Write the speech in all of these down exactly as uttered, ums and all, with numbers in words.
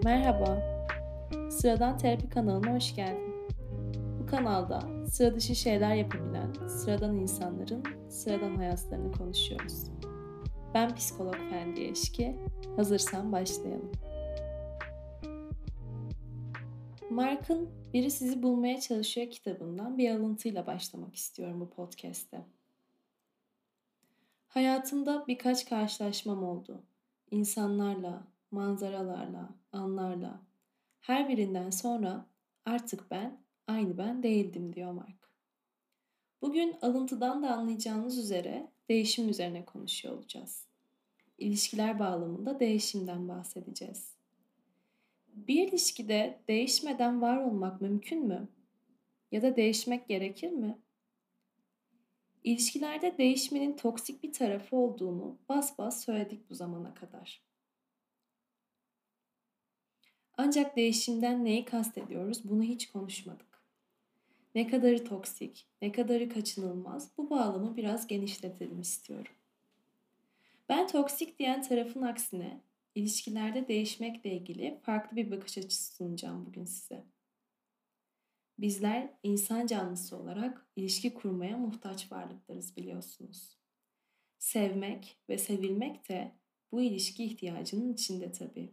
Merhaba, Sıradan Terapi kanalına hoş geldin. Bu kanalda sıra dışı şeyler yapabilen sıradan insanların sıradan hayatlarını konuşuyoruz. Ben psikolog Fendi Eşki, hazırsan başlayalım. Mark'ın Biri Sizi Bulmaya Çalışıyor kitabından bir alıntıyla başlamak istiyorum bu podcast'te. Hayatımda birkaç karşılaşmam oldu. İnsanlarla, manzaralarla, anlarla. Her birinden sonra artık ben aynı ben değildim diyor Mark. Bugün alıntıdan da anlayacağınız üzere değişim üzerine konuşuyor olacağız. İlişkiler bağlamında değişimden bahsedeceğiz. Bir ilişkide değişmeden var olmak mümkün mü? Ya da değişmek gerekir mi? İlişkilerde değişmenin toksik bir tarafı olduğunu bas bas söyledik bu zamana kadar. Ancak değişimden neyi kastediyoruz bunu hiç konuşmadık. Ne kadarı toksik, ne kadarı kaçınılmaz bu bağlamı biraz genişletelim istiyorum. Ben toksik diyen tarafın aksine ilişkilerde değişmekle ilgili farklı bir bakış açısı sunacağım bugün size. Bizler insan canlısı olarak ilişki kurmaya muhtaç varlıklarız biliyorsunuz. Sevmek ve sevilmek de bu ilişki ihtiyacının içinde tabii.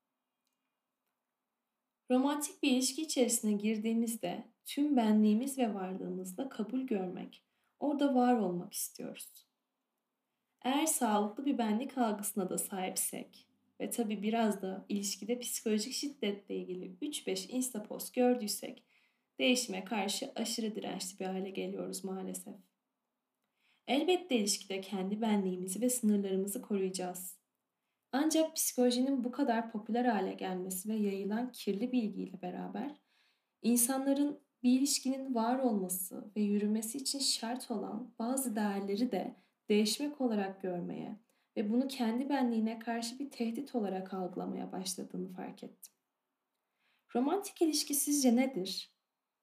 Romantik bir ilişki içerisine girdiğimizde tüm benliğimiz ve varlığımızla kabul görmek, orada var olmak istiyoruz. Eğer sağlıklı bir benlik algısına da sahipsek ve tabii biraz da ilişkide psikolojik şiddetle ilgili üç beş insta post gördüysek değişime karşı aşırı dirençli bir hale geliyoruz maalesef. Elbette ilişkide kendi benliğimizi ve sınırlarımızı koruyacağız. Ancak psikolojinin bu kadar popüler hale gelmesi ve yayılan kirli bilgiyle beraber insanların bir ilişkinin var olması ve yürümesi için şart olan bazı değerleri de değişmek olarak görmeye ve bunu kendi benliğine karşı bir tehdit olarak algılamaya başladığını fark ettim. Romantik ilişki sizce nedir?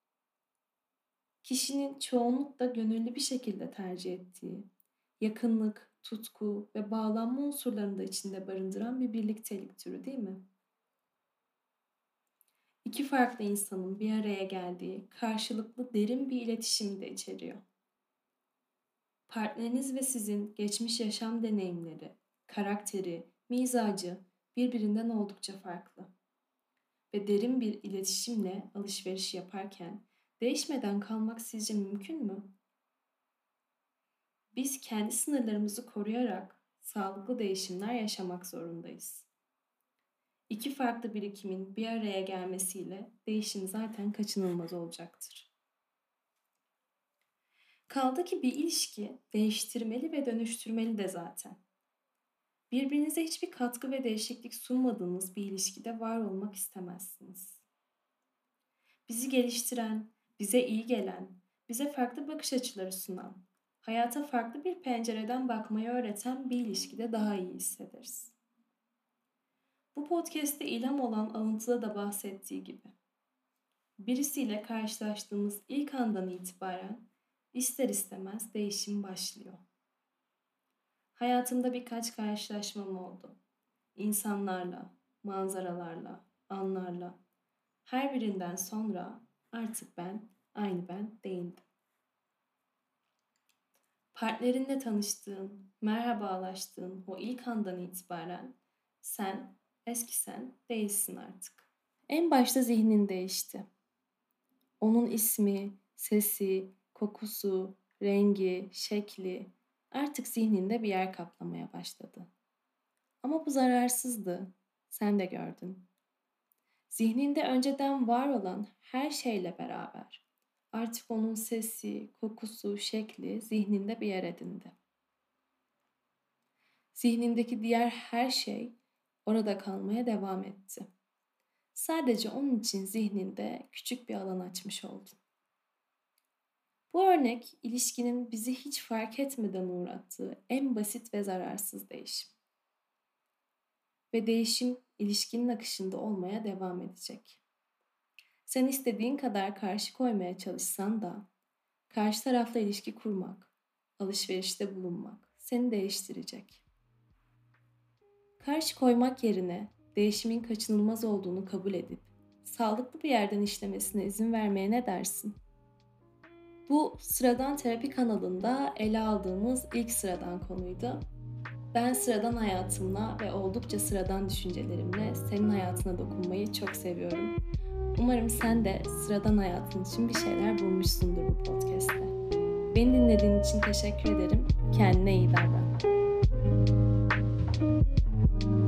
Kişinin çoğunlukla gönüllü bir şekilde tercih ettiği, yakınlık, tutku ve bağlanma unsurlarını da içinde barındıran bir birliktelik türü değil mi? İki farklı insanın bir araya geldiği karşılıklı derin bir iletişimi de içeriyor. Partneriniz ve sizin geçmiş yaşam deneyimleri, karakteri, mizacı birbirinden oldukça farklı. Ve derin bir iletişimle alışveriş yaparken değişmeden kalmak sizce mümkün mü? Biz kendi sınırlarımızı koruyarak sağlıklı değişimler yaşamak zorundayız. İki farklı birikimin bir araya gelmesiyle değişim zaten kaçınılmaz olacaktır. Kaldı ki bir ilişki değiştirmeli ve dönüştürmeli de zaten. Birbirinize hiçbir katkı ve değişiklik sunmadığınız bir ilişkide var olmak istemezsiniz. Bizi geliştiren, bize iyi gelen, bize farklı bakış açıları sunan, hayata farklı bir pencereden bakmayı öğreten bir ilişkide daha iyi hissederiz. Bu podcast'te ilham olan alıntıda da bahsettiği gibi. Birisiyle karşılaştığımız ilk andan itibaren ister istemez değişim başlıyor. Hayatımda birkaç karşılaşmam oldu. İnsanlarla, manzaralarla, anlarla. Her birinden sonra artık ben aynı ben değildim. Partnerinle tanıştığın, merhabalaştığın o ilk andan itibaren sen eski sen değilsin artık. En başta zihnin değişti. Onun ismi, sesi, kokusu, rengi, şekli artık zihninde bir yer kaplamaya başladı. Ama bu zararsızdı. Sen de gördün. Zihninde önceden var olan her şeyle beraber artık onun sesi, kokusu, şekli zihninde bir yer edindi. Zihnindeki diğer her şey orada kalmaya devam etti. Sadece onun için zihninde küçük bir alan açmış oldun. Bu örnek ilişkinin bizi hiç fark etmeden uğrattığı en basit ve zararsız değişim. Ve değişim ilişkinin akışında olmaya devam edecek. Sen istediğin kadar karşı koymaya çalışsan da karşı tarafla ilişki kurmak, alışverişte bulunmak seni değiştirecek. Karşı koymak yerine değişimin kaçınılmaz olduğunu kabul edip sağlıklı bir yerden işlemesine izin vermeye ne dersin? Bu Sıradan Terapi kanalında ele aldığımız ilk sıradan konuydu. Ben sıradan hayatımla ve oldukça sıradan düşüncelerimle senin hayatına dokunmayı çok seviyorum. Umarım sen de sıradan hayatın için bir şeyler bulmuşsundur bu podcast'te. Beni dinlediğin için teşekkür ederim. Kendine iyi davran.